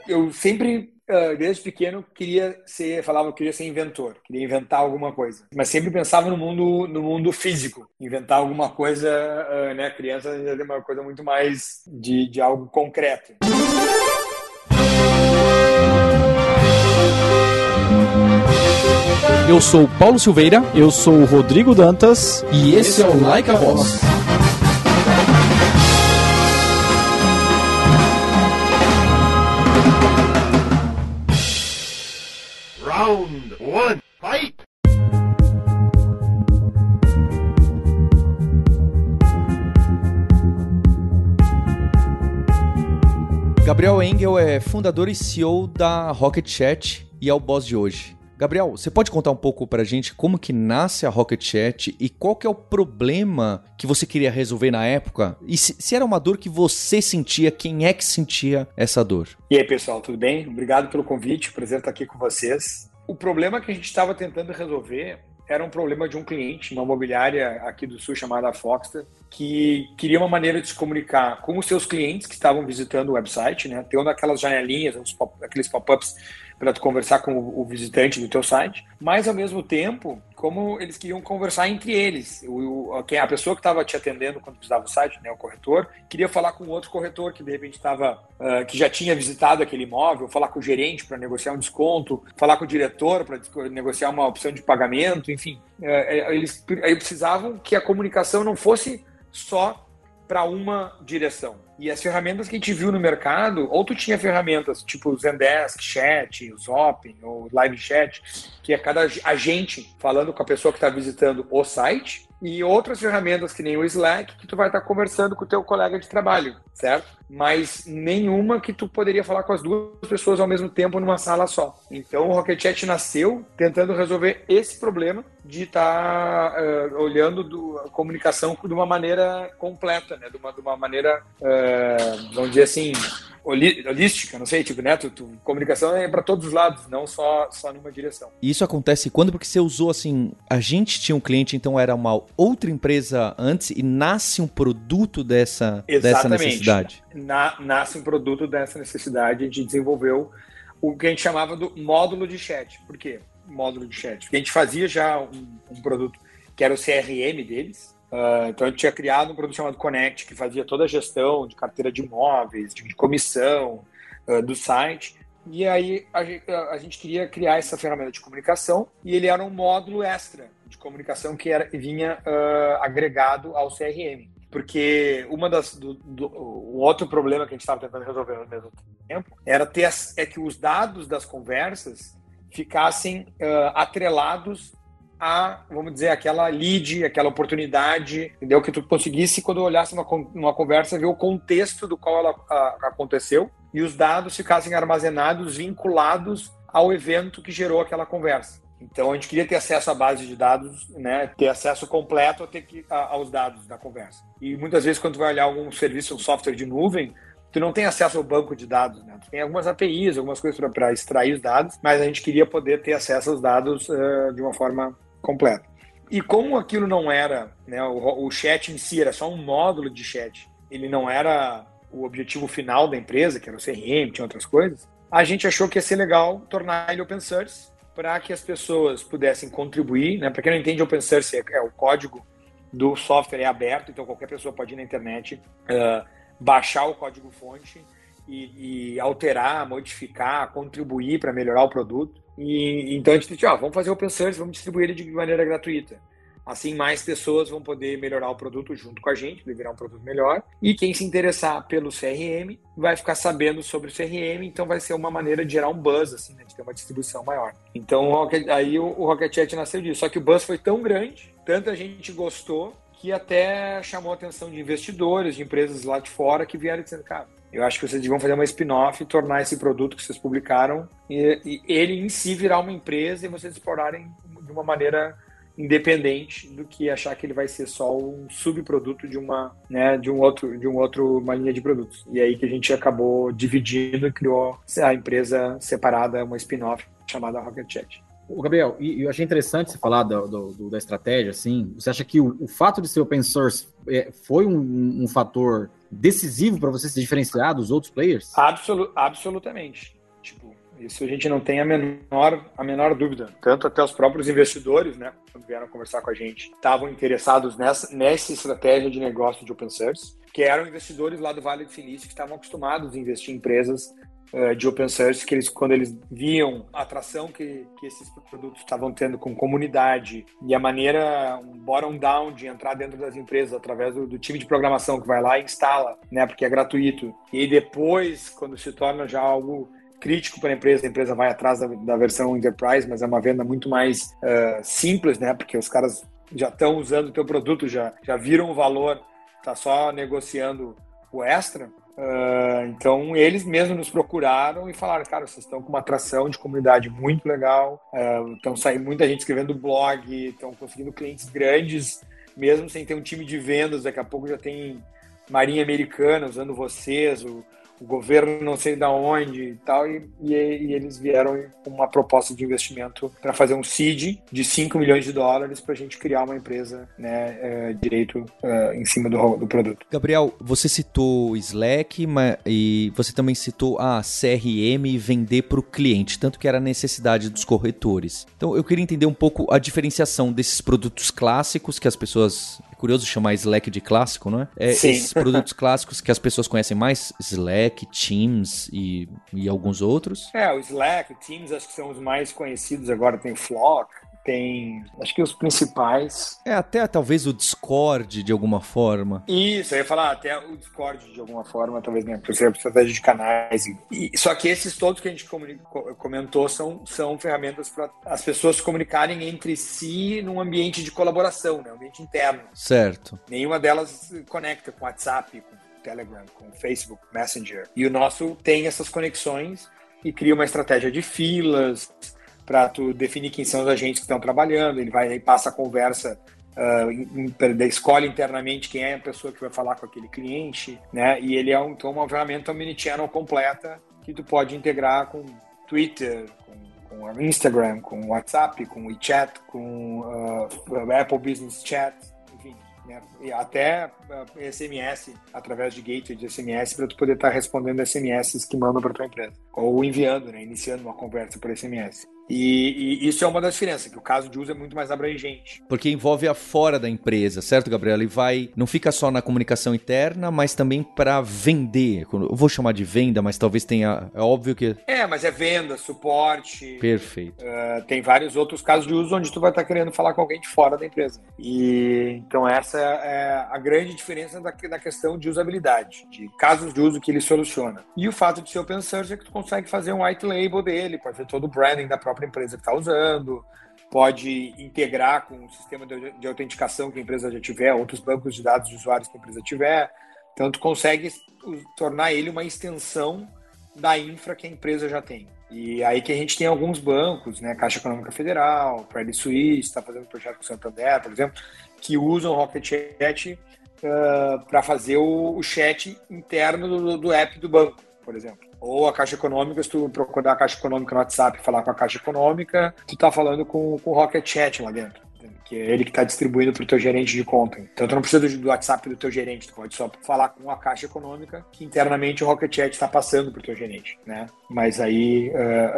eu sempre, desde pequeno, queria ser inventor, queria inventar alguma coisa. Mas sempre pensava no mundo físico, inventar alguma coisa, né? Criança ainda tem uma coisa muito mais de algo concreto. Eu sou o Paulo Silveira. Eu sou o Rodrigo Dantas. E esse é o Like a Boss. Round 1, fight! Gabriel Engel é fundador e CEO da Rocket Chat e é o boss de hoje. Gabriel, você pode contar um pouco pra gente como que nasce a Rocket Chat e qual que é o problema que você queria resolver na época? E se era uma dor que você sentia, quem é que sentia essa dor? E aí, pessoal, tudo bem? Obrigado pelo convite, prazer estar aqui com vocês. O problema que a gente estava tentando resolver era um problema de um cliente, uma imobiliária aqui do Sul chamada Foxter, que queria uma maneira de se comunicar com os seus clientes que estavam visitando o website, né? Tendo aquelas janelinhas, aqueles pop-ups para tu conversar com o visitante do teu site, mas ao mesmo tempo, como eles queriam conversar entre eles. A pessoa que estava te atendendo quando visitava o site, né, o corretor, queria falar com outro corretor que de repente que já tinha visitado aquele imóvel, falar com o gerente para negociar um desconto, falar com o diretor para negociar uma opção de pagamento, enfim. Eles precisavam que a comunicação não fosse só para uma direção. E as ferramentas que a gente viu no mercado, ou tu tinha ferramentas tipo o Zendesk, Chat, o Zopping, ou Live Chat, que é cada agente falando com a pessoa que está visitando o site, e outras ferramentas que nem o Slack, que tu vai estar conversando com o teu colega de trabalho, certo? Mas nenhuma que tu poderia falar com as duas pessoas ao mesmo tempo numa sala só. Então o Rocket Chat nasceu tentando resolver esse problema de estar olhando a comunicação de uma maneira completa, né? De uma maneira, vamos dizer assim, holística, não sei, tipo, né? Comunicação é para todos os lados, não só numa direção. E isso acontece quando? Porque você usou assim, a gente tinha um cliente, então era uma outra empresa antes e nasce um produto dessa necessidade. Nasce um produto dessa necessidade, a gente desenvolveu o que a gente chamava do módulo de chat. Por quê? Módulo de chat. Porque a gente fazia já um produto que era o CRM deles. Então a gente tinha criado um produto chamado Connect, que fazia toda a gestão de carteira de imóveis, de comissão do site. E aí a gente queria criar essa ferramenta de comunicação e ele era um módulo extra de comunicação que vinha agregado ao CRM. Porque o outro problema que a gente estava tentando resolver ao mesmo tempo era que os dados das conversas ficassem atrelados a, vamos dizer, aquela lead, aquela oportunidade, entendeu? Que tu conseguisse, quando olhasse numa conversa, ver o contexto do qual ela aconteceu e os dados ficassem armazenados, vinculados ao evento que gerou aquela conversa. Então, a gente queria ter acesso à base de dados, né? Ter acesso completo aos dados da conversa. E muitas vezes, quando tu vai olhar algum serviço, um software de nuvem, tu não tem acesso ao banco de dados, né? Tu tem algumas APIs, algumas coisas para extrair os dados, mas a gente queria poder ter acesso aos dados de uma forma completa. E como aquilo não era, né, o chat em si era só um módulo de chat, ele não era o objetivo final da empresa, que era o CRM, tinha outras coisas, a gente achou que ia ser legal tornar ele open source para que as pessoas pudessem contribuir, né? Para quem não entende, open source é o código do software é aberto, então qualquer pessoa pode ir na internet, baixar o código-fonte e alterar, modificar, contribuir para melhorar o produto. E então a gente disse, vamos fazer open source, vamos distribuir ele de maneira gratuita. Assim, mais pessoas vão poder melhorar o produto junto com a gente, vai virar um produto melhor. E quem se interessar pelo CRM vai ficar sabendo sobre o CRM, então vai ser uma maneira de gerar um buzz, assim, né, de ter uma distribuição maior. Então, aí o Rocket Chat nasceu disso. Só que o buzz foi tão grande, tanta gente gostou, que até chamou a atenção de investidores, de empresas lá de fora, que vieram dizendo, cara, eu acho que vocês deviam fazer uma spin-off e tornar esse produto que vocês publicaram e ele em si virar uma empresa e vocês explorarem de uma maneira independente do que achar que ele vai ser só um subproduto de uma linha de produtos. E aí que a gente acabou dividindo e criou a empresa separada, uma spin-off chamada Rocket Chat. O Gabriel, e eu achei interessante você falar da estratégia, assim. Você acha que o fato de ser open source foi um fator decisivo para você se diferenciar dos outros players? Absolutamente. Tipo, isso a gente não tem a menor dúvida. Tanto até os próprios investidores, né, quando vieram conversar com a gente, estavam interessados nessa estratégia de negócio de open source, que eram investidores lá do Vale do Silício que estavam acostumados a investir em empresas de open source, que quando eles viam a atração que esses produtos estavam tendo com comunidade e a maneira, um bottom-down de entrar dentro das empresas através do time de programação que vai lá e instala, né, porque é gratuito. E depois, quando se torna já algo crítico para a empresa vai atrás da versão Enterprise, mas é uma venda muito mais simples, né, porque os caras já estão usando o teu produto, já viram o valor, tá só negociando o extra. Então eles mesmos nos procuraram e falaram, cara, vocês estão com uma atração de comunidade muito legal, estão saindo muita gente escrevendo blog, estão conseguindo clientes grandes, mesmo sem ter um time de vendas, daqui a pouco já tem Marinha Americana usando vocês, o governo não sei de onde e tal, e eles vieram com uma proposta de investimento para fazer um seed de $5 milhões para a gente criar uma empresa, né, direito em cima do produto. Gabriel, você citou Slack e você também citou a CRM e vender para o cliente, tanto que era a necessidade dos corretores. Então eu queria entender um pouco a diferenciação desses produtos clássicos que as pessoas... Curioso chamar Slack de clássico, não é? Sim. Esses produtos clássicos que as pessoas conhecem mais, Slack, Teams e alguns outros. O Slack, o Teams, acho que são os mais conhecidos agora. Tem o Flock, tem, acho que os principais. Até talvez o Discord, de alguma forma. Isso, eu ia falar, até o Discord, de alguma forma, talvez, né? Por ser estratégia de canais. Só que esses todos que a gente comentou são ferramentas para as pessoas se comunicarem entre si num ambiente de colaboração, né? Um ambiente interno. Certo. Nenhuma delas se conecta com WhatsApp, com Telegram, com Facebook, Messenger. E o nosso tem essas conexões e cria uma estratégia de filas para tu definir quem são os agentes que estão trabalhando. Ele vai e passa a conversa, escolhe internamente quem é a pessoa que vai falar com aquele cliente, né? E ele é então uma ferramenta omnichannel completa que tu pode integrar com Twitter, com Instagram, com WhatsApp, com WeChat, com Apple Business Chat, enfim, né? E até SMS, através de gateway de SMS, para tu poder estar respondendo SMS que mandam para tua empresa, ou enviando, né? Iniciando uma conversa por SMS. E isso é uma das diferenças, que o caso de uso é muito mais abrangente. Porque envolve a fora da empresa, certo, Gabriel? Ele não fica só na comunicação interna, mas também para vender. Eu vou chamar de venda, mas talvez tenha... É óbvio que... Mas é venda, suporte... Perfeito. Tem vários outros casos de uso onde tu vai estar querendo falar com alguém de fora da empresa. E então essa é a grande diferença da questão de usabilidade, de casos de uso que ele soluciona. E o fato de ser open source é que tu consegue fazer um white label dele, pode fazer todo o branding da própria empresa que está usando, pode integrar com o sistema de autenticação que a empresa já tiver, outros bancos de dados de usuários que a empresa tiver. Então, tu consegue tornar ele uma extensão da infra que a empresa já tem. E aí que a gente tem alguns bancos, né, Caixa Econômica Federal, Credit Suisse, está fazendo um projeto com o Santander, por exemplo, que usam o Rocket Chat para fazer o chat interno do app do banco, por exemplo. Ou a Caixa Econômica, se tu procurar a Caixa Econômica no WhatsApp e falar com a Caixa Econômica, tu tá falando com o Rocket Chat lá dentro, que é ele que está distribuindo para o teu gerente de conta. Então tu não precisa do WhatsApp do teu gerente, tu pode só falar com a Caixa Econômica, que internamente o Rocket Chat está passando para o teu gerente, né? Mas aí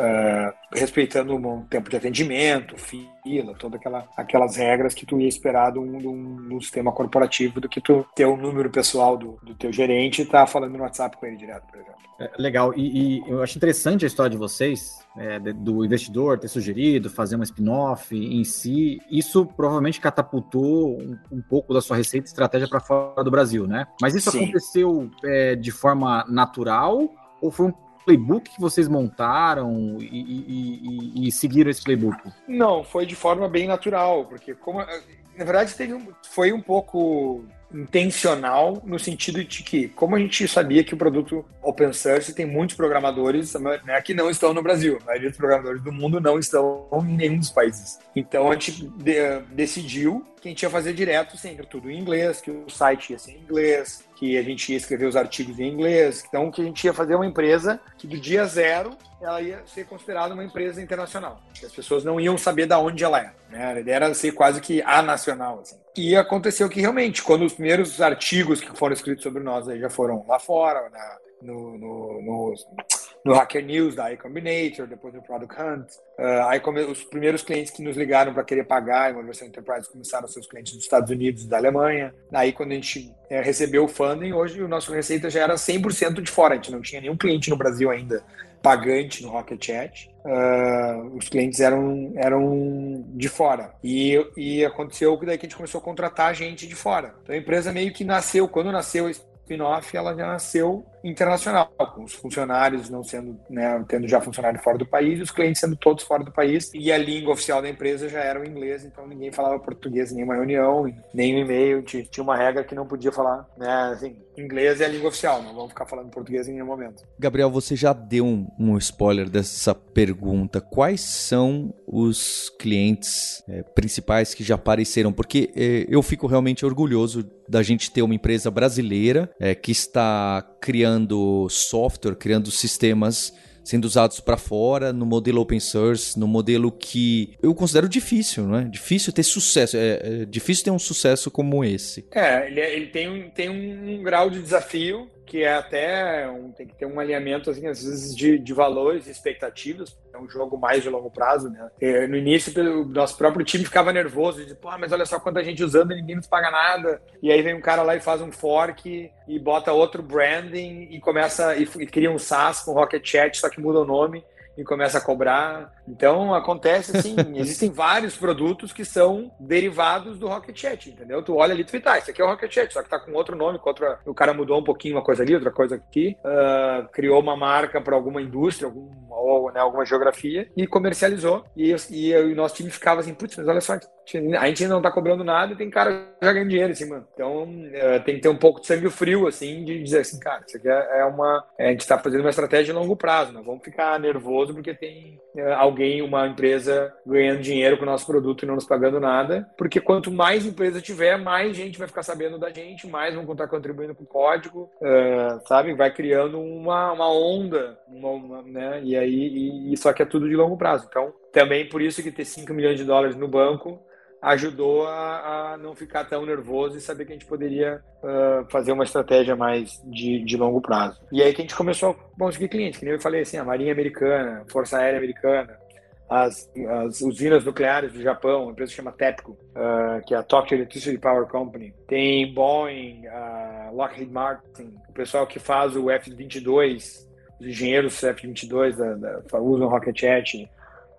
respeitando o tempo de atendimento, fila, todas aquelas regras que tu ia esperar de um sistema corporativo, do que tu ter o número pessoal do teu gerente e tá falando no WhatsApp com ele direto, por exemplo. Legal, e eu acho interessante a história de vocês, do investidor ter sugerido fazer uma spin-off em si. Isso provavelmente catapultou um pouco da sua receita e estratégia para fora do Brasil, né? Mas isso Sim. aconteceu de forma natural ou foi um playbook que vocês montaram e seguiram esse playbook? Não, foi de forma bem natural, porque na verdade foi um pouco intencional, no sentido de que, como a gente sabia que o produto open source tem muitos programadores, né, que não estão no Brasil, a maioria dos programadores do mundo não estão em nenhum dos países. Então a gente decidiu que a gente ia fazer direto, sempre tudo em inglês, que o site ia ser em inglês, que a gente ia escrever os artigos em inglês, então que a gente ia fazer uma empresa que do dia zero ela ia ser considerada uma empresa internacional, que as pessoas não iam saber de onde ela é, né? A ideia era ser quase que nacional, assim. E aconteceu que realmente, quando os primeiros artigos que foram escritos sobre nós aí já foram lá fora, no Hacker News da iCombinator, depois no Product Hunt. Aí os primeiros clientes que nos ligaram para querer pagar em uma versão Enterprise começaram a ser os clientes dos Estados Unidos e da Alemanha. Aí quando a gente recebeu o funding, hoje o nosso receita já era 100% de fora. A gente não tinha nenhum cliente no Brasil ainda pagante no Rocket Chat. Os clientes eram de fora. E aconteceu que daí que a gente começou a contratar gente de fora. Então a empresa meio que nasceu, quando nasceu o spin-off, ela já nasceu internacional, com os funcionários não sendo, né, tendo já funcionário fora do país, e os clientes sendo todos fora do país, e a língua oficial da empresa já era o inglês, então ninguém falava português em nenhuma reunião, nem no e-mail, tinha uma regra que não podia falar, né, assim, inglês é a língua oficial, não vamos ficar falando português em nenhum momento. Gabriel, você já deu um spoiler dessa pergunta. Quais são os clientes principais que já apareceram? Porque eu fico realmente orgulhoso da gente ter uma empresa brasileira que está criando software, criando sistemas sendo usados para fora, no modelo open source, no modelo que eu considero difícil, não é? Difícil ter sucesso, é difícil ter um sucesso como esse. Ele tem um grau de desafio que é até tem que ter um alinhamento, assim, às vezes, de valores e expectativas. É um jogo mais de longo prazo, né? No início, o nosso próprio time ficava nervoso, de, mas olha só quanta gente usando e ninguém nos paga nada. E aí vem um cara lá e faz um fork e bota outro branding e começa e cria um SaaS com Rocket Chat, só que muda o nome e começa a cobrar. Então, acontece assim, existem vários produtos que são derivados do Rocket Chat, entendeu? Tu olha ali e tu esse aqui é o Rocket Chat, só que tá com outro nome, o cara mudou um pouquinho uma coisa ali, outra coisa aqui, criou uma marca para alguma indústria, alguma geografia e comercializou. E o nosso time ficava assim, putz, mas olha só, a gente ainda não tá cobrando nada e tem cara já ganhando dinheiro em cima. Então, tem que ter um pouco de sangue frio, assim, de dizer assim, cara, isso aqui a gente tá fazendo uma estratégia de longo prazo, não vamos ficar nervoso porque tem uma empresa ganhando dinheiro com o nosso produto e não nos pagando nada, porque quanto mais empresa tiver, mais gente vai ficar sabendo da gente, mais vão estar contribuindo com o código, sabe? Vai criando uma onda, né? E aí, só que é tudo de longo prazo. Então, também por isso que ter $5 milhões no banco ajudou a não ficar tão nervoso e saber que a gente poderia fazer uma estratégia mais de longo prazo. E aí que a gente começou a conseguir clientes, que nem eu falei assim, a Marinha Americana, Força Aérea Americana, as usinas nucleares do Japão, uma empresa que chama TEPCO, que é a Tokyo Electricity Power Company, tem Boeing, Lockheed Martin, o pessoal que faz o F-22, os engenheiros F-22 usam Rocket Chat,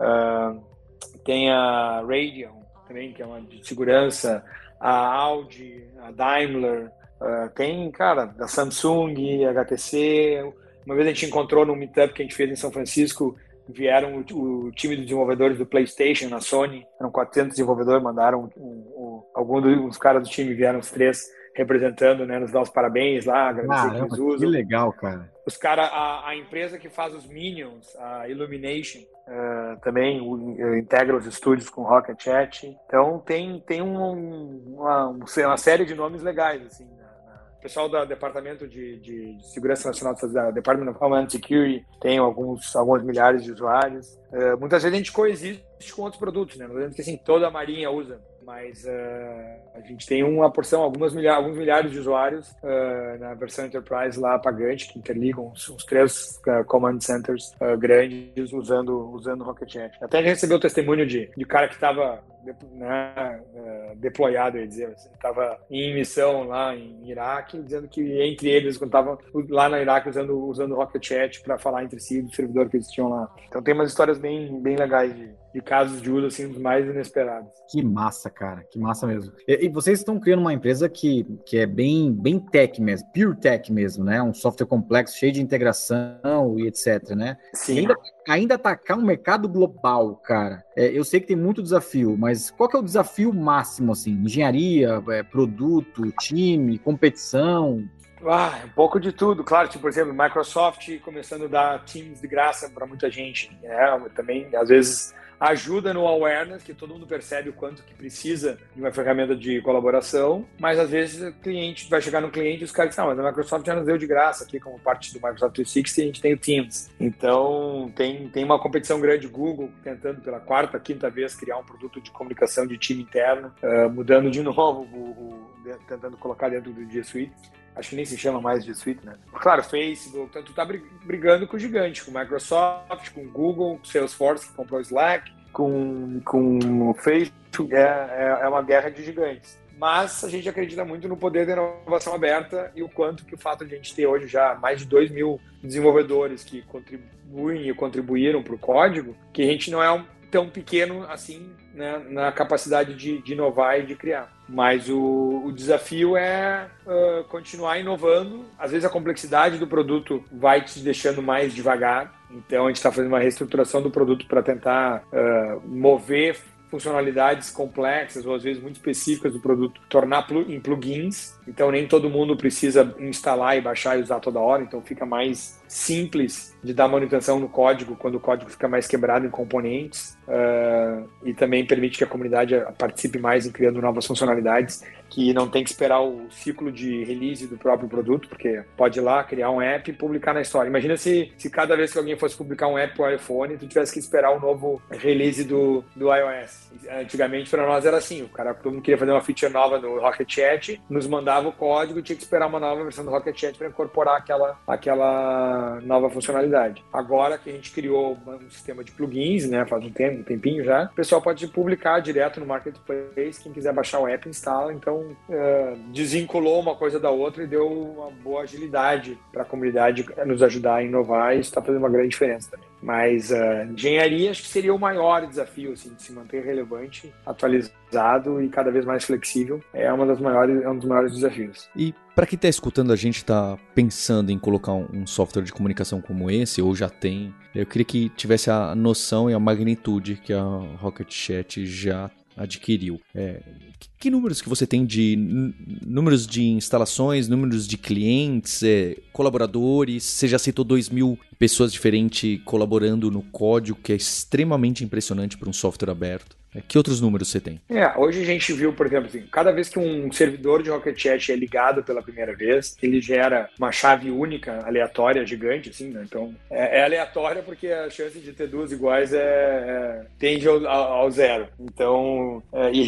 tem a Radeon, também, que é uma de segurança, a Audi, a Daimler, tem, cara, da Samsung, HTC. Uma vez a gente encontrou num meetup que a gente fez em São Francisco, vieram o time de desenvolvedores do PlayStation na Sony, eram 400 desenvolvedores, mandaram alguns dos caras do time, vieram os 3 representando, né, nos dar os parabéns lá, agradecer que eles usam. Que legal, cara. Os caras, a empresa que faz os Minions, a Illumination, também integra os estúdios com Rocket Chat. Então tem uma série de nomes legais, assim. O pessoal do Departamento de Segurança Nacional, da Department of Homeland Security, tem alguns milhares de usuários. Muitas vezes a gente coexiste com outros produtos, né? Não dizendo que assim, toda a Marinha usa, mas a gente tem uma porção, alguns milhares de usuários na versão Enterprise lá pagante, que interligam uns 3 command centers grandes usando o Rocket Chat. Até a gente recebeu o testemunho de cara que estava deployado, eu ia dizer, estava em missão lá em Iraque, dizendo que entre eles, quando estavam lá na Iraque usando o Rocket Chat para falar entre si do servidor que eles tinham lá. Então tem umas histórias bem legais de casos de uso, assim, dos mais inesperados. Que massa, cara, que massa mesmo. E vocês estão criando uma empresa que é bem tech mesmo, pure tech mesmo, né? Um software complexo, cheio de integração e etc, né? Sim. E ainda atacar um mercado global, cara. Eu sei que tem muito desafio, mas qual que é o desafio máximo, assim? Engenharia, produto, time, competição? Um pouco de tudo, claro, tipo, por exemplo, Microsoft começando a dar Teams de graça para muita gente, né? Também, às vezes, ajuda no awareness, que todo mundo percebe o quanto que precisa de uma ferramenta de colaboração, mas às vezes o cliente vai chegar no cliente e os caras dizem, mas a Microsoft já nos deu de graça aqui, como parte do Microsoft 360, a gente tem o Teams. Então, tem uma competição grande, Google tentando pela 4ª, 5ª vez criar um produto de comunicação de time interno, mudando de novo, tentando colocar dentro do G Suite. acho que nem se chama mais G Suite, né? Claro, Facebook, então tu tá brigando com o gigante, com Microsoft, com Google, com Salesforce, que comprou o Slack, com o Facebook, é uma guerra de gigantes. Mas a gente acredita muito no poder da inovação aberta e o quanto que o fato de a gente ter hoje já mais de 2 mil desenvolvedores que contribuem e contribuíram para o código, que a gente não é tão pequeno assim, né, na capacidade de inovar e de criar. Mas o desafio é continuar inovando. Às vezes a complexidade do produto vai te deixando mais devagar. Então a gente está fazendo uma reestruturação do produto para tentar mover funcionalidades complexas ou às vezes muito específicas do produto, tornar em plugins. Então nem todo mundo precisa instalar e baixar e usar toda hora, então fica mais simples de dar manutenção no código quando o código fica mais quebrado em componentes, e também permite que a comunidade participe mais em criando novas funcionalidades, que não tem que esperar o ciclo de release do próprio produto, porque pode ir lá, criar um app e publicar na história. Imagina se cada vez que alguém fosse publicar um app para o iPhone, tu tivesse que esperar o novo release do iOS. Antigamente, para nós, era assim, todo mundo queria fazer uma feature nova no Rocket Chat, nos mandava o código e tinha que esperar uma nova versão do Rocket Chat para incorporar aquela nova funcionalidade. Agora que a gente criou um sistema de plugins, né, faz um tempinho já, o pessoal pode publicar direto no Marketplace, quem quiser baixar o app, instala. Então, desvinculou uma coisa da outra e deu uma boa agilidade para a comunidade nos ajudar a inovar, e isso está fazendo uma grande diferença também. Mas engenharia acho que seria o maior desafio, assim, de se manter relevante, atualizado e cada vez mais flexível. É um dos maiores desafios. E para quem está escutando a gente, está pensando em colocar um software de comunicação como esse, ou já tem, eu queria que tivesse a noção e a magnitude que a Rocket Chat já adquiriu. Que números que você tem de números de instalações, números de clientes, colaboradores? Você já citou 2 mil pessoas diferentes colaborando no código, que é extremamente impressionante para um software aberto. Que outros números você tem? Hoje a gente viu, por exemplo, assim, cada vez que um servidor de Rocket Chat é ligado pela primeira vez, ele gera uma chave única, aleatória, gigante, assim, né? Então, é aleatória porque a chance de ter duas iguais tende ao zero. Então,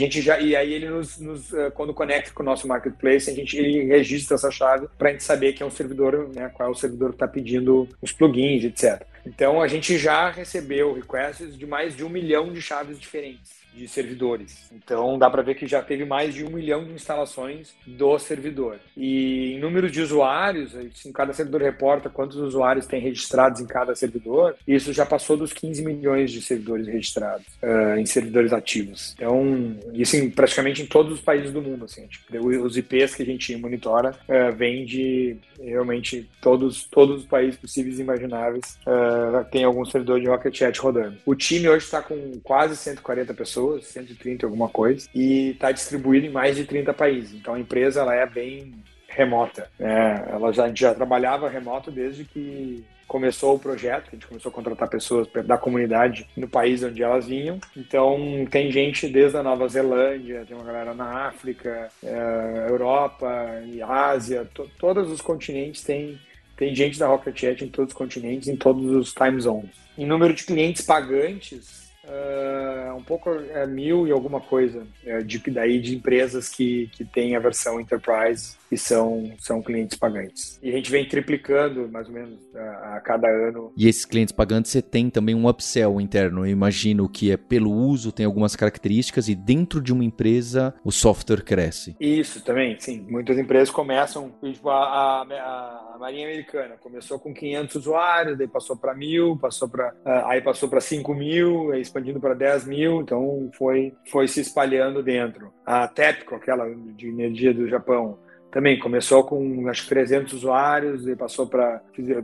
e aí ele quando conecta com o nosso Marketplace, ele registra essa chave para a gente saber que é um servidor, né, qual é o servidor que está pedindo os plugins, etc. Então, a gente já recebeu requests de mais de 1 milhão de chaves diferentes de servidores. Então, dá para ver que já teve mais de 1 milhão de instalações do servidor. E em número de usuários, assim, cada servidor reporta quantos usuários tem registrados em cada servidor, isso já passou dos 15 milhões de servidores registrados em servidores ativos. Então, isso praticamente em todos os países do mundo. Assim, os IPs que a gente monitora vêm de realmente todos os países possíveis e imagináveis, tem algum servidor de Rocket Chat rodando. O time hoje está com quase 140 pessoas, 130 alguma coisa, e está distribuído em mais de 30 países. Então a empresa ela é bem remota. A gente já trabalhava remoto desde que começou o projeto, a gente começou a contratar pessoas da comunidade no país onde elas vinham. Então tem gente desde a Nova Zelândia, tem uma galera na África, Europa e Ásia, todos os continentes tem gente da Rocket Chat em todos os continentes, em todos os time zones. Em número de clientes pagantes, um pouco 1.000 e alguma coisa de empresas que têm a versão Enterprise e são clientes pagantes. E a gente vem triplicando mais ou menos a cada ano. E esses clientes pagantes você tem também um upsell interno. Eu imagino que pelo uso, tem algumas características e dentro de uma empresa o software cresce. Isso também, sim. Muitas empresas começam, tipo a Marinha Americana começou com 500 usuários, daí passou para 1.000, aí passou para 5.000, aí expandindo para 10.000, então foi se espalhando dentro. A TEPCO, aquela de energia do Japão, também começou com acho que 300 usuários, e passou para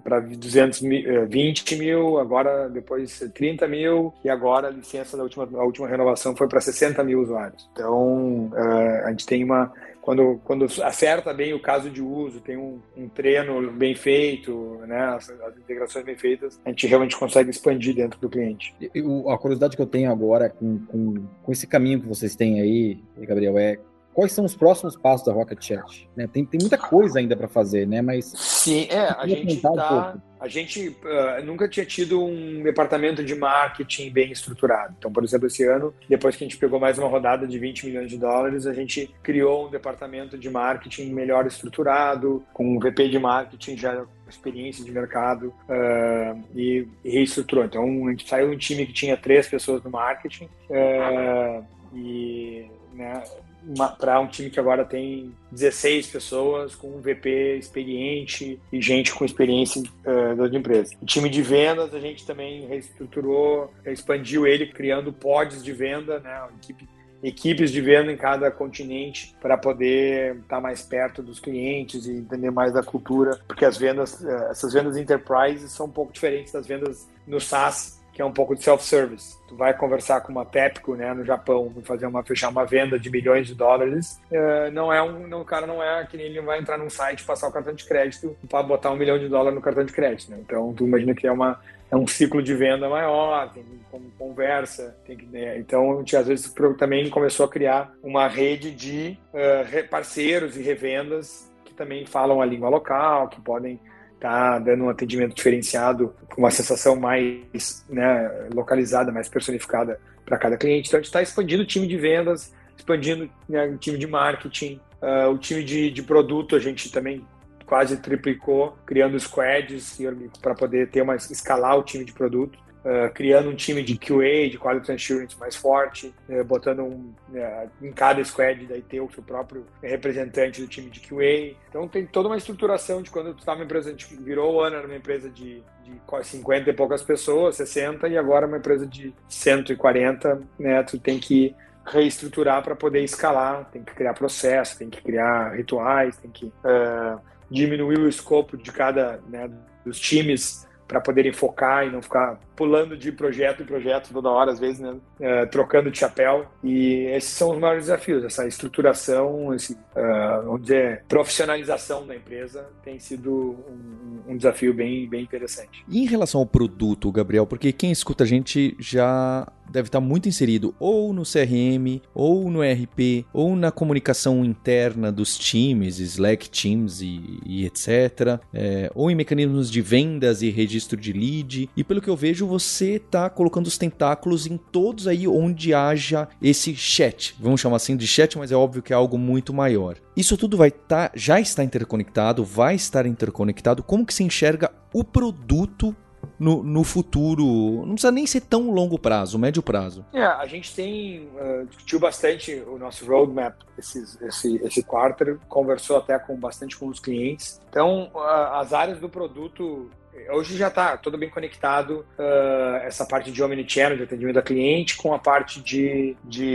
220 mil, agora depois 30 mil, e agora a licença da última renovação foi para 60 mil usuários. Então a gente tem quando acerta bem o caso de uso, tem um treino bem feito, né, as integrações bem feitas, a gente realmente consegue expandir dentro do cliente. A curiosidade que eu tenho agora com esse caminho que vocês têm aí, Gabriel, quais são os próximos passos da Rocket Chat? Né? Tem muita coisa ainda para fazer, né? Mas sim, a gente nunca tinha tido um departamento de marketing bem estruturado. Então, por exemplo, esse ano, depois que a gente pegou mais uma rodada de $20 milhões, a gente criou um departamento de marketing melhor estruturado, com um VP de marketing já experiência de mercado e reestruturou. Então, a gente saiu um time que tinha 3 pessoas no marketing para um time que agora tem 16 pessoas, com um VP experiente e gente com experiência das empresas. O time de vendas a gente também reestruturou, expandiu ele, criando pods de venda, né? Equipes de venda em cada continente para poder estar mais perto dos clientes e entender mais da cultura, porque essas vendas enterprise são um pouco diferentes das vendas no SaaS, que é um pouco de self-service. Tu vai conversar com uma Pepco, né, no Japão, fechar uma venda de $milhões, o cara não é que nem ele vai entrar num site, passar o cartão de crédito para botar $1 milhão no cartão de crédito, né? Então, tu imagina que é um ciclo de venda maior, tem conversa, então a gente às vezes também começou a criar uma rede de parceiros e revendas que também falam a língua local, que podem estar dando um atendimento diferenciado, com uma sensação mais, né, localizada, mais personificada para cada cliente. Então a gente está expandindo o time de vendas, expandindo, né, o time de marketing, o time de produto a gente também quase triplicou, criando squads para poder escalar o time de produto, criando um time de QA, de Quality Assurance mais forte, botando em cada squad daí ter o seu próprio representante do time de QA. Então tem toda uma estruturação de quando tu está numa empresa, a gente virou o ano, era uma empresa de 50 e poucas pessoas, 60, e agora uma empresa de 140, né? Tu tem que reestruturar para poder escalar, tem que criar processo, tem que criar rituais, tem que diminuir o escopo de cada, né, dos times para poderem focar e não ficar pulando de projeto em projeto toda hora, às vezes, né, trocando de chapéu. E esses são os maiores desafios, essa estruturação, vamos dizer, profissionalização da empresa tem sido um desafio bem, bem interessante. E em relação ao produto, Gabriel, porque quem escuta a gente já deve estar muito inserido ou no CRM, ou no ERP, ou na comunicação interna dos times, Slack Teams e etc., ou em mecanismos de vendas e registro de lead. E pelo que eu vejo, você está colocando os tentáculos em todos aí onde haja esse chat. Vamos chamar assim de chat, mas é óbvio que é algo muito maior. Isso tudo já está interconectado, vai estar interconectado. Como que se enxerga o produto no futuro? Não precisa nem ser tão longo prazo, médio prazo. A gente tem discutiu bastante o nosso roadmap esse quarter, conversou até bastante com os clientes. Então, as áreas do produto hoje já está tudo bem conectado, essa parte de omnichannel, de atendimento a cliente, com a parte de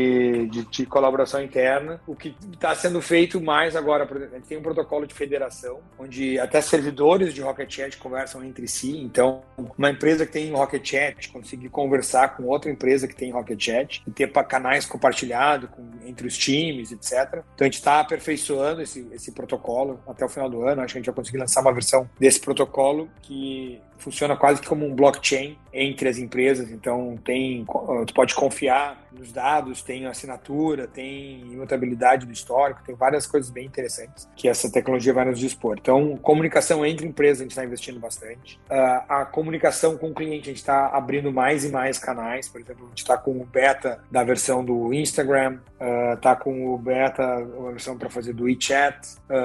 colaboração interna. O que está sendo feito mais agora, por exemplo, a gente tem um protocolo de federação, onde até servidores de Rocket Chat conversam entre si. Então, uma empresa que tem Rocket Chat conseguir conversar com outra empresa que tem Rocket Chat e ter canais compartilhados entre os times, etc. Então, a gente está aperfeiçoando esse protocolo até o final do ano. Acho que a gente vai conseguir lançar uma versão desse protocolo que funciona quase que como um blockchain entre as empresas. Então tu pode confiar nos dados, tem assinatura, tem imutabilidade do histórico, tem várias coisas bem interessantes que essa tecnologia vai nos dispor. Então, comunicação entre empresas a gente está investindo bastante. A comunicação com o cliente, a gente está abrindo mais e mais canais. Por exemplo, a gente está com o beta da versão do Instagram, está com o beta, uma versão para fazer do WeChat.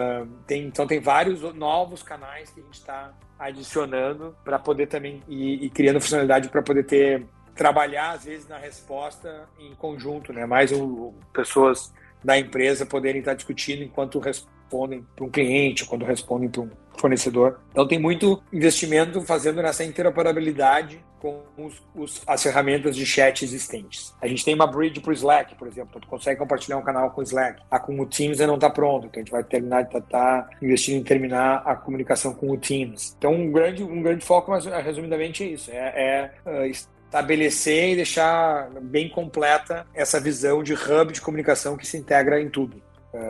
Então tem vários novos canais que a gente está adicionando para poder também e criando funcionalidade para poder trabalhar às vezes na resposta em conjunto, né? Mais pessoas da empresa poderem estar discutindo enquanto respondem para um cliente, quando respondem para um fornecedor. Então tem muito investimento fazendo nessa interoperabilidade com as ferramentas de chat existentes. A gente tem uma bridge para o Slack, por exemplo, então tu consegue compartilhar um canal com o Slack. Com o Teams ainda não está pronto, então a gente vai terminar de estar investindo em terminar a comunicação com o Teams. Então um grande foco, mas resumidamente é isso, estabelecer e deixar bem completa essa visão de hub de comunicação que se integra em tudo.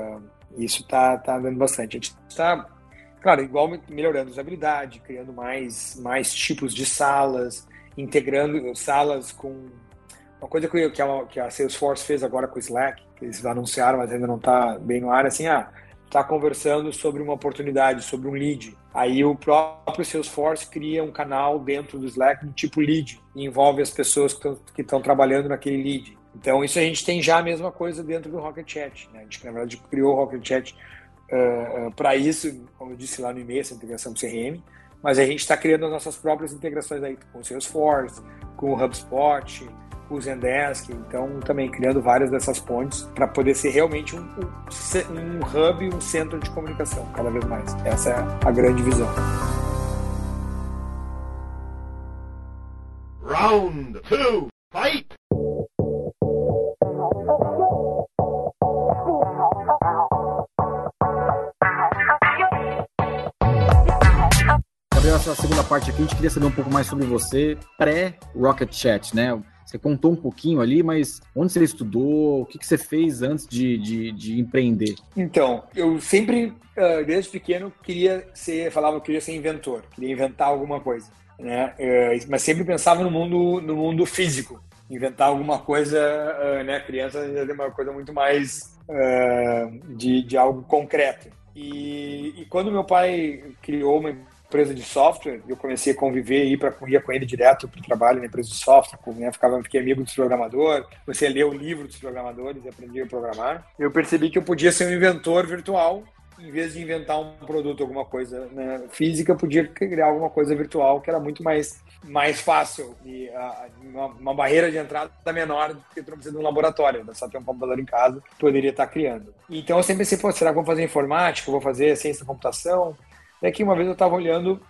Isso está dando bastante. A gente está, claro, igual melhorando a usabilidade, criando mais tipos de salas, integrando salas com uma coisa que a Salesforce fez agora com o Slack, eles anunciaram, mas ainda não está bem no ar, assim, está conversando sobre uma oportunidade, sobre um lead. Aí o próprio Salesforce cria um canal dentro do Slack de tipo lead, e envolve as pessoas que estão trabalhando naquele lead. Então isso a gente tem já a mesma coisa dentro do Rocket Chat, né? A gente, na verdade, criou o Rocket Chat para isso, como eu disse lá no e-mail, essa integração com o CRM, mas a gente está criando as nossas próprias integrações aí com o Salesforce, com o HubSpot, com o Zendesk, então também criando várias dessas pontes para poder ser realmente um hub, um centro de comunicação, cada vez mais. Essa é a grande visão. Round 2, fight! Gabriel, essa segunda parte aqui, a gente queria saber um pouco mais sobre você pré-Rocket Chat, né? Você contou um pouquinho ali, mas onde você estudou? O que você fez antes de empreender? Então, eu sempre, desde pequeno, queria ser inventor, queria inventar alguma coisa, né? Mas sempre pensava no mundo físico, inventar alguma coisa, né? Criança é uma coisa muito mais de algo concreto. E quando meu pai criou uma empresa de software, eu comecei a conviver e ia com ele direto para o trabalho na empresa de software, né? Fiquei amigo dos programadores, comecei a ler o livro dos programadores e aprendi a programar. Eu percebi que eu podia ser um inventor virtual, em vez de inventar um produto, alguma coisa, né, física, eu podia criar alguma coisa virtual que era muito mais fácil e uma barreira de entrada menor do que tu não precisa de um laboratório, só ter um computador em casa, poderia estar criando. Então eu sempre pensei, será que eu vou fazer informática, vou fazer ciência da computação? Até que uma vez eu estava olhando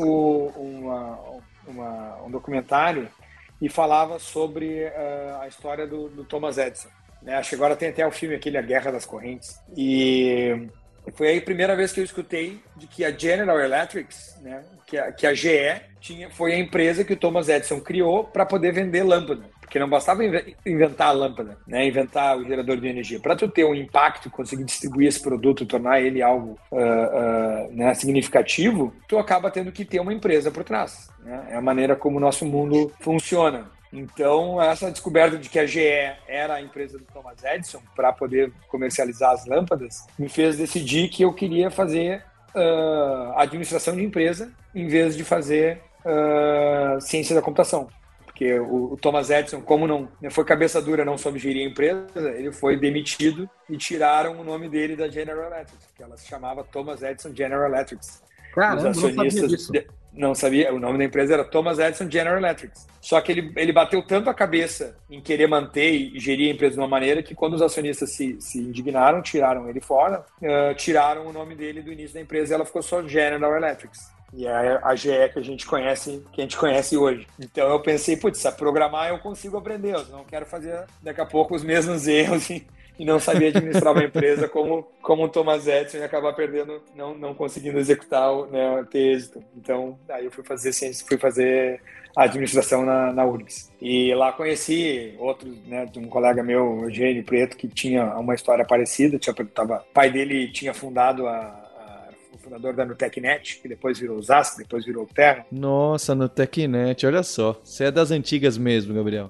um documentário e falava sobre a história do Thomas Edison, né? Acho que agora tem até o filme aquele, A Guerra das Correntes. E foi aí a primeira vez que eu escutei de que a General Electric, né, que a GE foi a empresa que o Thomas Edison criou para poder vender lâmpada. Porque não bastava inventar a lâmpada, né? Inventar o gerador de energia. Para tu ter um impacto, conseguir distribuir esse produto, tornar ele algo né, significativo, tu acaba tendo que ter uma empresa por trás, né? É a maneira como o nosso mundo funciona. Então, essa descoberta de que a GE era a empresa do Thomas Edison para poder comercializar as lâmpadas me fez decidir que eu queria fazer administração de empresa em vez de fazer ciência da computação. Porque o Thomas Edison, como não foi cabeça dura, não soube gerir a empresa, ele foi demitido e tiraram o nome dele da General Electric, que ela se chamava Thomas Edison General Electric. Caramba, os acionistas não sabia, o nome da empresa era Thomas Edison General Electric. Só que ele bateu tanto a cabeça em querer manter e gerir a empresa de uma maneira que quando os acionistas se indignaram, tiraram ele fora, tiraram o nome dele do início da empresa e ela ficou só General Electric. E é a GE que a gente conhece hoje. Então eu pensei, se programar eu consigo aprender, eu não quero fazer daqui a pouco os mesmos erros e não saber administrar uma empresa como o Thomas Edison e acabar perdendo, não conseguindo executar, né, ter êxito. Então aí eu fui fazer ciência, fui fazer administração na URGS. E lá conheci outros, né, de um colega meu, Eugênio Preto, que tinha uma história parecida. O pai dele tinha fundado o fundador da Nutecnet, que depois virou Zasco, depois virou Terra. Nossa, Nutecnet, olha só. Você é das antigas mesmo, Gabriel.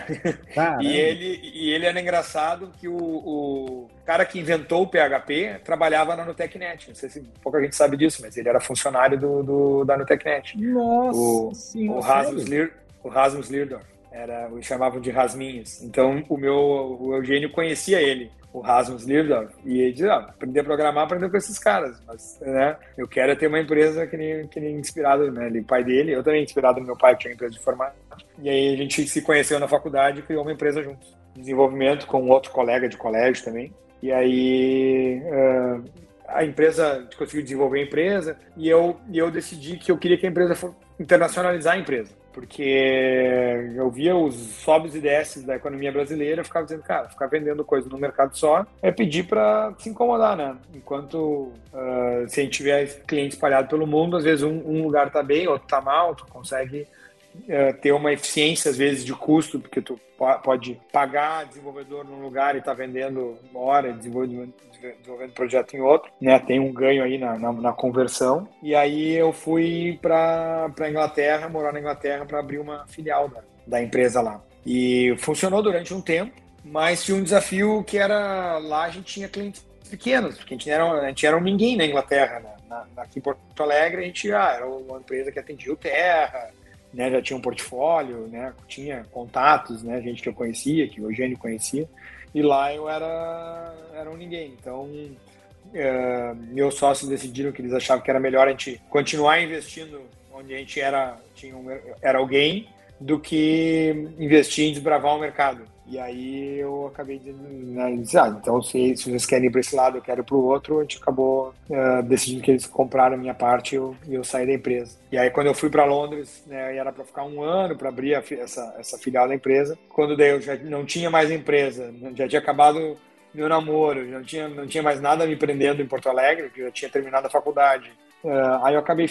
E ele era engraçado que o cara que inventou o PHP trabalhava na Nutecnet. Não sei se pouca gente sabe disso, mas ele era funcionário da Nutecnet. Nossa senhora! O Rasmus Lirdorf. Eles chamavam de Rasminhos. Então o Eugênio conhecia ele, o Rasmus Lirdorf, e ele dizia, aprender a programar, aprender com esses caras, mas, né, eu quero ter uma empresa que nem inspirado, né, o pai dele, eu também inspirado no meu pai, que tinha uma empresa de informática, e aí a gente se conheceu na faculdade e criou uma empresa juntos, desenvolvimento com outro colega de colégio também, e aí a empresa, conseguiu desenvolver a empresa, e eu decidi que eu queria que a empresa fosse internacionalizar a empresa, porque eu via os sobes e desces da economia brasileira, eu ficava dizendo, cara, ficar vendendo coisa no mercado só é pedir para se incomodar, né? Enquanto se a gente tiver cliente espalhado pelo mundo, às vezes um lugar tá bem, outro tá mal, tu consegue ter uma eficiência, às vezes, de custo, porque tu pode pagar desenvolvedor num lugar e tá vendendo uma hora, desenvolvendo projeto em outro, né? Tem um ganho aí na conversão. E aí eu fui para morar na Inglaterra para abrir uma filial da empresa lá. E funcionou durante um tempo, mas tinha um desafio que era lá a gente tinha clientes pequenos, porque a gente era um ninguém na Inglaterra, né? Aqui em Porto Alegre a gente era uma empresa que atendia o terra, né? Já tinha um portfólio, né? Tinha contatos, né? Gente que eu conhecia, que o Eugênio conhecia, e lá eu era um ninguém. Então, meus sócios decidiram que eles achavam que era melhor a gente continuar investindo onde a gente era alguém do que investir em desbravar o mercado. E aí eu acabei dizendo, né, então se vocês querem ir para esse lado, eu quero ir para o outro, a gente acabou decidindo que eles compraram a minha parte e eu saí da empresa. E aí quando eu fui para Londres, né, era para ficar um ano para abrir essa filial da empresa. Quando daí eu já não tinha mais empresa, já tinha acabado meu namoro, não tinha mais nada me prendendo em Porto Alegre, porque eu já tinha terminado a faculdade. Aí eu acabei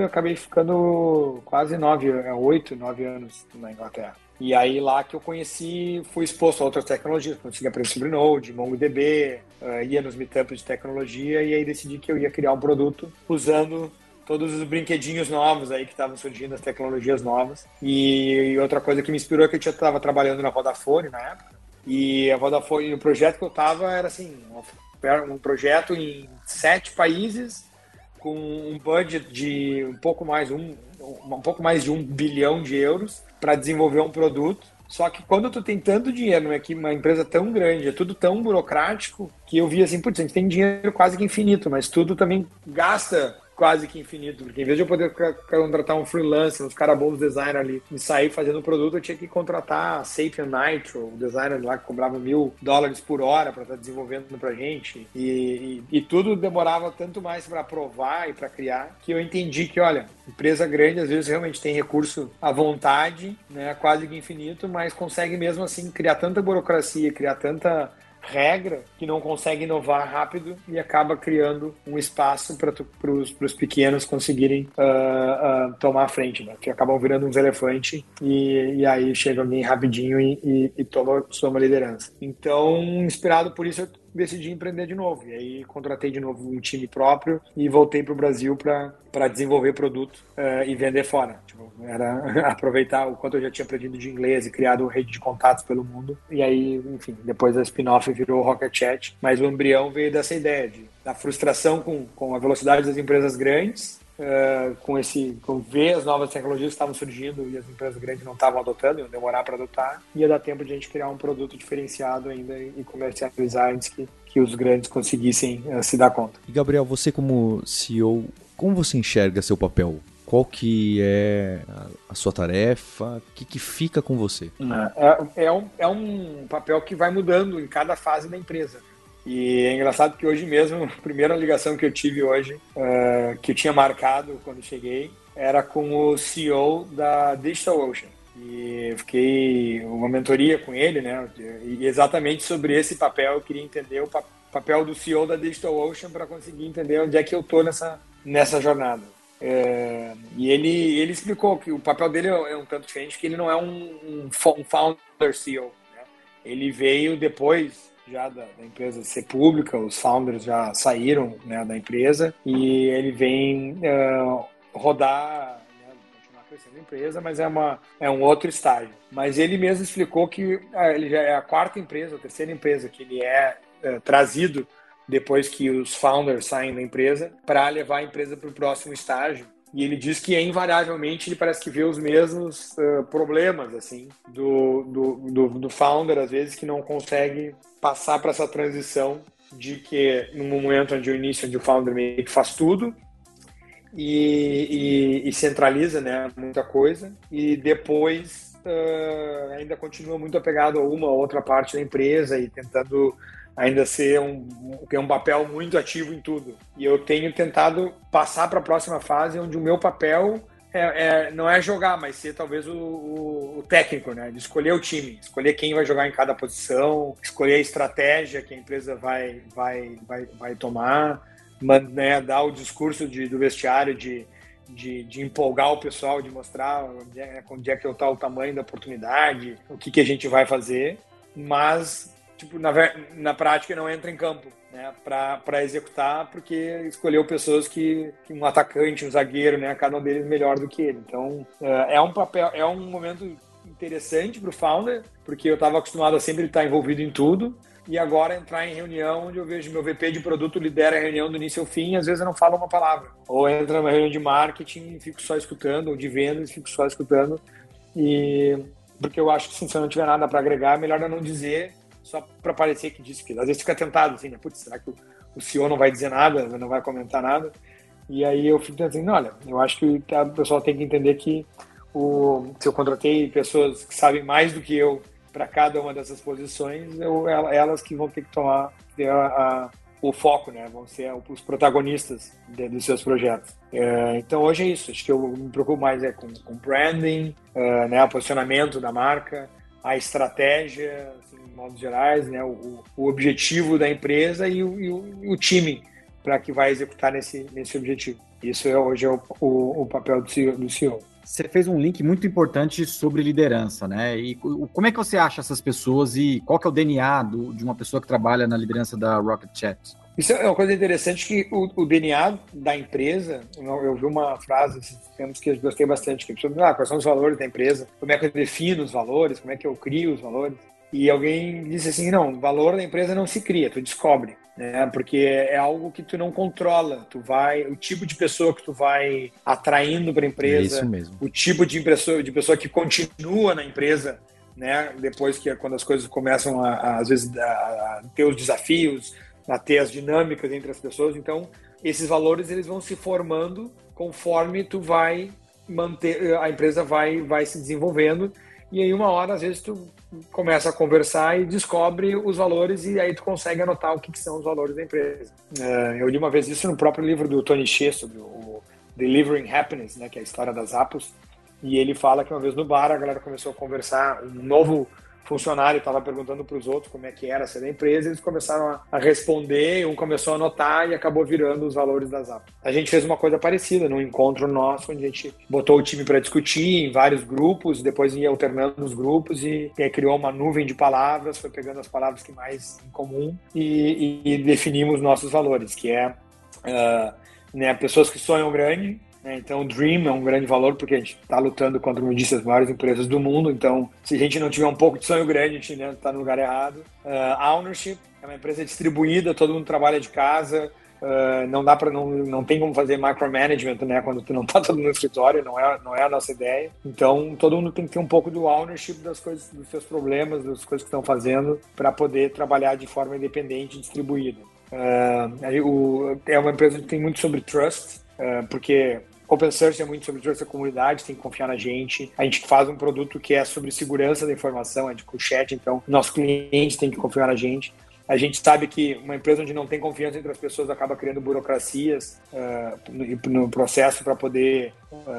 ficando quase 8, 9 anos na Inglaterra. E aí lá que eu fui exposto a outras tecnologias, consegui aprender sobre Node, MongoDB, ia nos meetups de tecnologia e aí decidi que eu ia criar um produto usando todos os brinquedinhos novos aí que estavam surgindo, as tecnologias novas. E outra coisa que me inspirou é que eu estava trabalhando na Vodafone na época. E a Vodafone, o projeto que eu estava era assim, um projeto em 7 países, com um budget de um pouco mais de 1 bilhão de euros para desenvolver um produto. Só que quando tu tem tanto dinheiro, né, que uma empresa tão grande, é tudo tão burocrático, que eu vi assim, putz, a gente tem dinheiro quase que infinito, mas tudo também gasta quase que infinito, porque em vez de eu poder contratar um freelancer, uns caras bons designer ali, e sair fazendo o produto, eu tinha que contratar a Sapien Nitro, o designer lá que cobrava $1.000 por hora para estar desenvolvendo pra gente, e tudo demorava tanto mais para aprovar e para criar, que eu entendi que, olha, empresa grande às vezes realmente tem recurso à vontade, né, quase que infinito, mas consegue mesmo assim criar tanta burocracia, criar tanta regra que não consegue inovar rápido e acaba criando um espaço para os pequenos conseguirem tomar a frente, né? Que acabam virando uns elefantes e aí chega alguém rapidinho e toma uma liderança. Então, inspirado por isso, eu decidi empreender de novo. E aí contratei de novo um time próprio e voltei para o Brasil para desenvolver produto e vender fora. Tipo, era aproveitar o quanto eu já tinha aprendido de inglês e criado uma rede de contatos pelo mundo. E aí, enfim, depois a spin-off virou o Rocket Chat. Mas o embrião veio dessa ideia da frustração com a velocidade das empresas grandes, com ver as novas tecnologias que estavam surgindo e as empresas grandes não estavam adotando, iam demorar para adotar, ia dar tempo de a gente criar um produto diferenciado ainda e comercializar antes que os grandes conseguissem se dar conta. E Gabriel, você como CEO, como você enxerga seu papel? Qual que é a sua tarefa? O que fica com você? É um papel que vai mudando em cada fase da empresa. E é engraçado que hoje mesmo, a primeira ligação que eu tive hoje, que eu tinha marcado quando cheguei, era com o CEO da DigitalOcean. E eu fiquei uma mentoria com ele, né? E exatamente sobre esse papel eu queria entender o papel do CEO da DigitalOcean para conseguir entender onde é que eu estou nessa jornada. E ele explicou que o papel dele é um tanto diferente, que ele não é um founder CEO, né? Ele veio depois já da empresa ser pública, os founders já saíram, né, da empresa e ele vem rodar, né, continuar crescendo a empresa, mas é um outro estágio. Mas ele mesmo explicou que ele já é a quarta empresa, a terceira empresa que ele é trazido depois que os founders saem da empresa para levar a empresa para o próximo estágio. E ele diz que invariavelmente ele parece que vê os mesmos problemas assim do founder, às vezes, que não consegue passar para essa transição de que no momento onde o founder meio que faz tudo e centraliza, né, muita coisa, e depois ainda continua muito apegado a uma ou outra parte da empresa e tentando ainda ter um papel muito ativo em tudo. E eu tenho tentado passar para a próxima fase, onde o meu papel não é jogar, mas ser talvez o técnico, né? De escolher o time, escolher quem vai jogar em cada posição, escolher a estratégia que a empresa vai tomar, né? Dar o discurso do vestiário de empolgar o pessoal, de mostrar onde é que está o tamanho da oportunidade, o que a gente vai fazer, mas tipo, na prática não entra em campo, né, para executar, porque escolheu pessoas que um atacante, um zagueiro, né, cada um deles melhor do que ele. Então, é um momento interessante para o founder, porque eu estava acostumado a sempre estar envolvido em tudo, e agora entrar em reunião onde eu vejo meu VP de produto lidera a reunião do início ao fim, e às vezes eu não falo uma palavra. Ou entra numa reunião de marketing e fico só escutando, ou de vendas e fico só escutando, e porque eu acho que se eu não tiver nada para agregar, é melhor eu não dizer, só para parecer que disse que. Às vezes fica tentado, assim, né? Putz, será que o CEO não vai dizer nada, não vai comentar nada? E aí eu fico pensando, olha, eu acho que o pessoal tem que entender que se eu contratei pessoas que sabem mais do que eu para cada uma dessas posições, elas que vão ter que tomar o foco, né? Vão ser os protagonistas dos seus projetos. Então hoje é isso, acho que eu me preocupo mais com branding, né? O posicionamento da marca, a estratégia, assim, em modos gerais, né? O objetivo da empresa e o time para que vai executar nesse objetivo. Isso hoje é o papel do CEO. Você fez um link muito importante sobre liderança, né? E como é que você acha essas pessoas e qual que é o DNA de uma pessoa que trabalha na liderança da Rocket Chat? Isso é uma coisa interessante, que o DNA da empresa, eu vi uma frase esses tempos que eu gostei bastante, que a pessoa quais são os valores da empresa, como é que eu defino os valores, como é que eu crio os valores. E alguém disse assim, não, o valor da empresa não se cria, tu descobre, né? Porque é algo que tu não controla, o tipo de pessoa que tu vai atraindo para a empresa, é isso mesmo. O tipo de pessoa que continua na empresa, né? Depois quando as coisas começam às vezes a ter os desafios, a ter as dinâmicas entre as pessoas. Então, esses valores eles vão se formando conforme tu vai manter, a empresa vai se desenvolvendo. E aí uma hora, às vezes, tu começa a conversar e descobre os valores, e aí tu consegue anotar o que são os valores da empresa. Eu li uma vez isso no próprio livro do Tony Hsieh, sobre o Delivering Happiness, né, que é a história das Apples, e ele fala que uma vez no bar a galera começou a conversar, um novo funcionário estava perguntando para os outros como é que era ser da empresa, e eles começaram a responder, um começou a anotar e acabou virando os valores das apps. A gente fez uma coisa parecida num encontro nosso, onde a gente botou o time para discutir em vários grupos, depois ia alternando os grupos e criou uma nuvem de palavras, foi pegando as palavras que mais em comum e definimos nossos valores, que é né, pessoas que sonham grande. Então, o Dream é um grande valor, porque a gente está lutando contra, como eu disse, as maiores empresas do mundo. Então, se a gente não tiver um pouco de sonho grande, a gente está no lugar errado. Ownership é uma empresa distribuída, todo mundo trabalha de casa. Não tem como fazer micromanagement, né? Quando tu não está todo no escritório, não é a nossa ideia. Então, todo mundo tem que ter um pouco do ownership das coisas, dos seus problemas, das coisas que estão fazendo, para poder trabalhar de forma independente e distribuída. É uma empresa que tem muito sobre trust, porque Open Source é muito sobre trust, a comunidade tem que confiar na gente. A gente faz um produto que é sobre segurança da informação, é de chat, então nosso cliente tem que confiar na gente. A gente sabe que uma empresa onde não tem confiança entre as pessoas acaba criando burocracias no processo para poder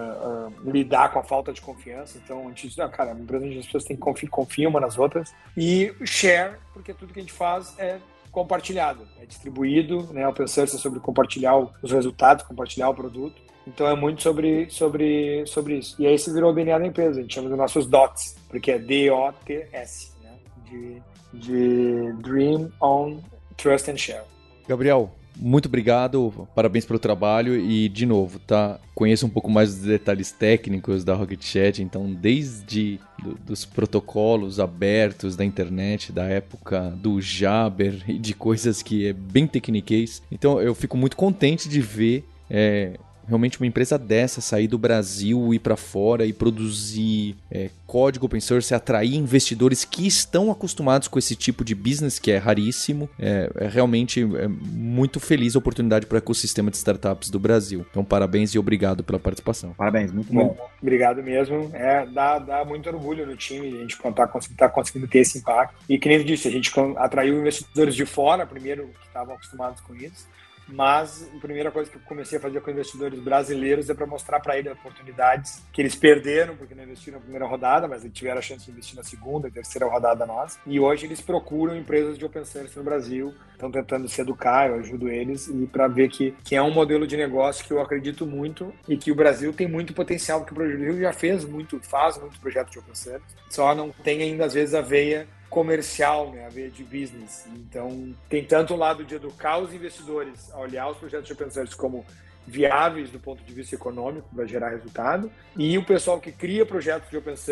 lidar com a falta de confiança. Então, a gente diz, cara, uma empresa onde as pessoas confiam umas nas outras. E share, porque tudo que a gente faz é compartilhado, é distribuído, né? Open Source é sobre compartilhar os resultados, compartilhar o produto. Então é muito sobre isso. E aí se virou o DNA da empresa, a gente chama dos nossos DOTS, porque é DOTS, né? De Dream, Own, Trust and Share. Gabriel, muito obrigado, parabéns pelo trabalho e, de novo, conheço um pouco mais dos detalhes técnicos da Rocket Chat, então desde dos protocolos abertos da internet, da época do Jabber e de coisas que é bem tecniquez. Então eu fico muito contente de ver realmente uma empresa dessa sair do Brasil, ir para fora e produzir código open source, atrair investidores que estão acostumados com esse tipo de business que é raríssimo. Realmente muito feliz a oportunidade para o ecossistema de startups do Brasil. Então, parabéns e obrigado pela participação. Parabéns, muito bom. Obrigado mesmo. Dá muito orgulho no time a gente tá conseguindo ter esse impacto. E que nem eu disse, a gente atraiu investidores de fora, primeiro, que estavam acostumados com isso. Mas a primeira coisa que eu comecei a fazer com investidores brasileiros é para mostrar para eles oportunidades que eles perderam porque não investiram na primeira rodada, mas eles tiveram a chance de investir na segunda e terceira rodada nossa. E hoje eles procuram empresas de open source no Brasil, estão tentando se educar, eu ajudo eles, e para ver que é um modelo de negócio que eu acredito muito e que o Brasil tem muito potencial, porque o Brasil já faz muito projeto de open source, só não tem ainda às vezes a veia comercial, né, a veia de business. Então, tem tanto o lado de educar os investidores a olhar os projetos de open source como viáveis do ponto de vista econômico para gerar resultado, e o pessoal que cria projetos de open source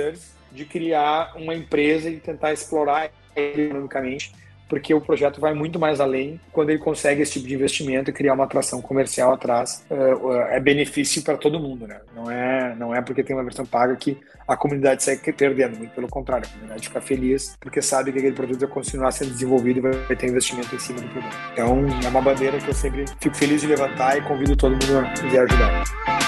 de criar uma empresa e tentar explorar ele economicamente, porque o projeto vai muito mais além quando ele consegue esse tipo de investimento e criar uma atração comercial atrás. É benefício para todo mundo, né? Não é porque tem uma versão paga que a comunidade sai perdendo, muito pelo contrário, a comunidade fica feliz porque sabe que aquele produto vai continuar sendo desenvolvido e vai ter investimento em cima do produto. Então, é uma bandeira que eu sempre fico feliz de levantar e convido todo mundo a quiser ajudar.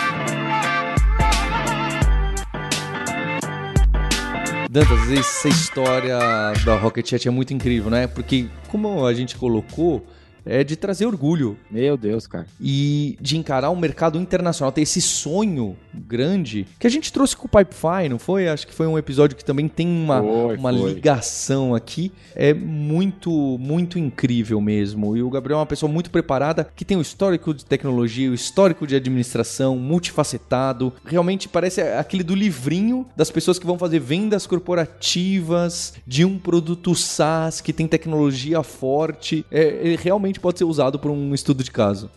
Dantas, essa história da Rocket Chat é muito incrível, né? Porque, como a gente colocou, é de trazer orgulho. Meu Deus, cara. E de encarar um mercado internacional, ter esse sonho grande que a gente trouxe com o Pipefy, não foi? Acho que foi um episódio que também tem uma ligação aqui. É muito, muito incrível mesmo. E o Gabriel é uma pessoa muito preparada, que tem o histórico de tecnologia, o histórico de administração, multifacetado. Realmente parece aquele do livrinho das pessoas que vão fazer vendas corporativas de um produto SaaS que tem tecnologia forte. Ele realmente pode ser usado por um estudo de caso.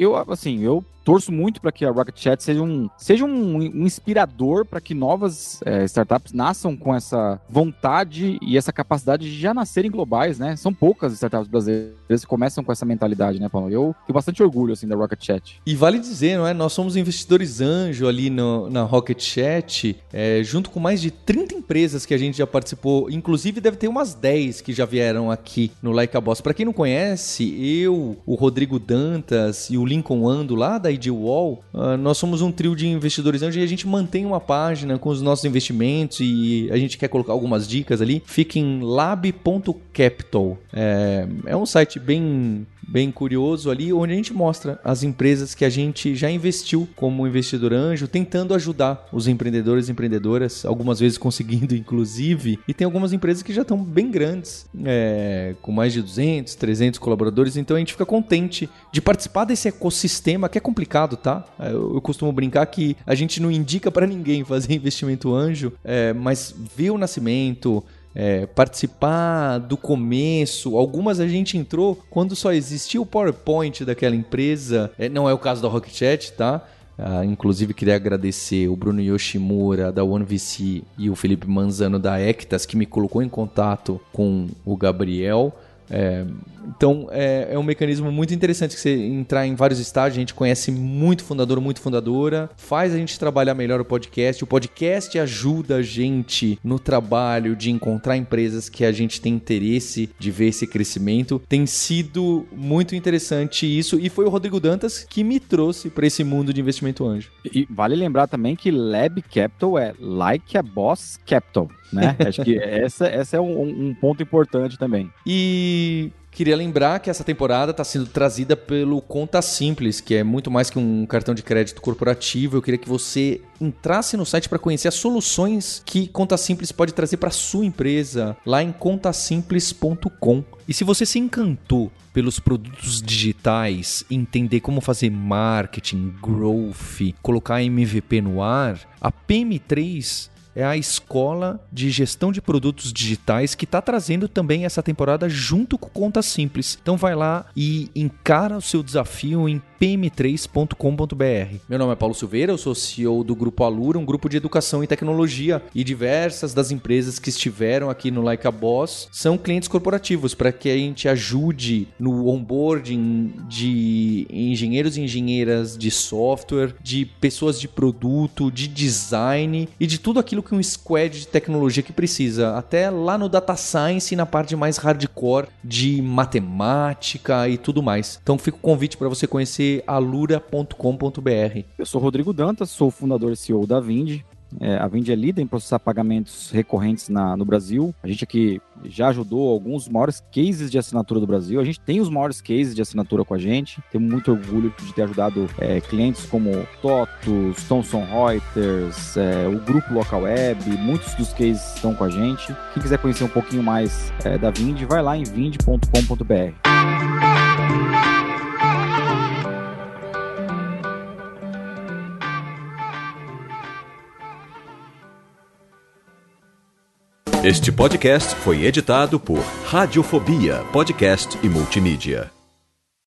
Eu torço muito para que a Rocket Chat seja um inspirador para que novas startups nasçam com essa vontade e essa capacidade de já nascerem globais, né? São poucas startups brasileiras que começam com essa mentalidade, né, Paulo? Eu tenho bastante orgulho, assim, da Rocket Chat. E vale dizer, não é? Nós somos investidores anjo ali na Rocket Chat, junto com mais de 30 empresas que a gente já participou. Inclusive, deve ter umas 10 que já vieram aqui no Like a Boss. Para quem não conhece, eu, o Rodrigo Dantas e o Lincoln Ando, lá da IDWall, nós somos um trio de investidores anjo e a gente mantém uma página com os nossos investimentos e a gente quer colocar algumas dicas ali. Fica em lab.capital. É um site bem curioso ali, onde a gente mostra as empresas que a gente já investiu como investidor anjo, tentando ajudar os empreendedores e empreendedoras, algumas vezes conseguindo, inclusive, e tem algumas empresas que já estão bem grandes, com mais de 200, 300 colaboradores, então a gente fica contente de participar desse ecossistema, que é complicado, tá? Eu costumo brincar que a gente não indica para ninguém fazer investimento anjo, mas ver o nascimento, participar do começo. Algumas a gente entrou quando só existia o PowerPoint daquela empresa. Não é o caso da Rocket Chat, tá? Inclusive queria agradecer o Bruno Yoshimura da OneVC e o Felipe Manzano da Ectas, que me colocou em contato com o Gabriel. Então é um mecanismo muito interessante que você entrar em vários estágios. A gente conhece muito fundador, muito fundadora, faz a gente trabalhar melhor o podcast ajuda a gente no trabalho de encontrar empresas que a gente tem interesse de ver esse crescimento. Tem sido muito interessante isso e foi o Rodrigo Dantas que me trouxe para esse mundo de investimento anjo. E vale lembrar também que Lab Capital é Like a Boss Capital, né? Acho que essa é um ponto importante também. E queria lembrar que essa temporada está sendo trazida pelo Conta Simples, que é muito mais que um cartão de crédito corporativo. Eu queria que você entrasse no site para conhecer as soluções que Conta Simples pode trazer para sua empresa, lá em contasimples.com. E se você se encantou pelos produtos digitais, entender como fazer marketing, growth, colocar MVP no ar, a PM3 é a escola de gestão de produtos digitais que está trazendo também essa temporada junto com Conta Simples. Então vai lá e encara o seu desafio em pm3.com.br. Meu nome é Paulo Silveira, eu sou CEO do Grupo Alura, um grupo de educação e tecnologia, e diversas das empresas que estiveram aqui no Like a Boss são clientes corporativos, para que a gente ajude no onboarding de engenheiros e engenheiras de software, de pessoas de produto, de design e de tudo aquilo que um squad de tecnologia que precisa, até lá no data science e na parte mais hardcore de matemática e tudo mais. Então fica o convite para você conhecer alura.com.br. Eu sou Rodrigo Dantas, sou fundador e CEO da Vindi. A Vindi é líder em processar pagamentos recorrentes no Brasil. A gente aqui já ajudou alguns dos maiores cases de assinatura do Brasil. A gente tem os maiores cases de assinatura com a gente. Temos muito orgulho de ter ajudado clientes como TOTUS, Thomson Reuters, o Grupo Local Web. Muitos dos cases estão com a gente. Quem quiser conhecer um pouquinho mais da Vindi, vai lá em vindi.com.br. Este podcast foi editado por Radiofobia, podcast e multimídia.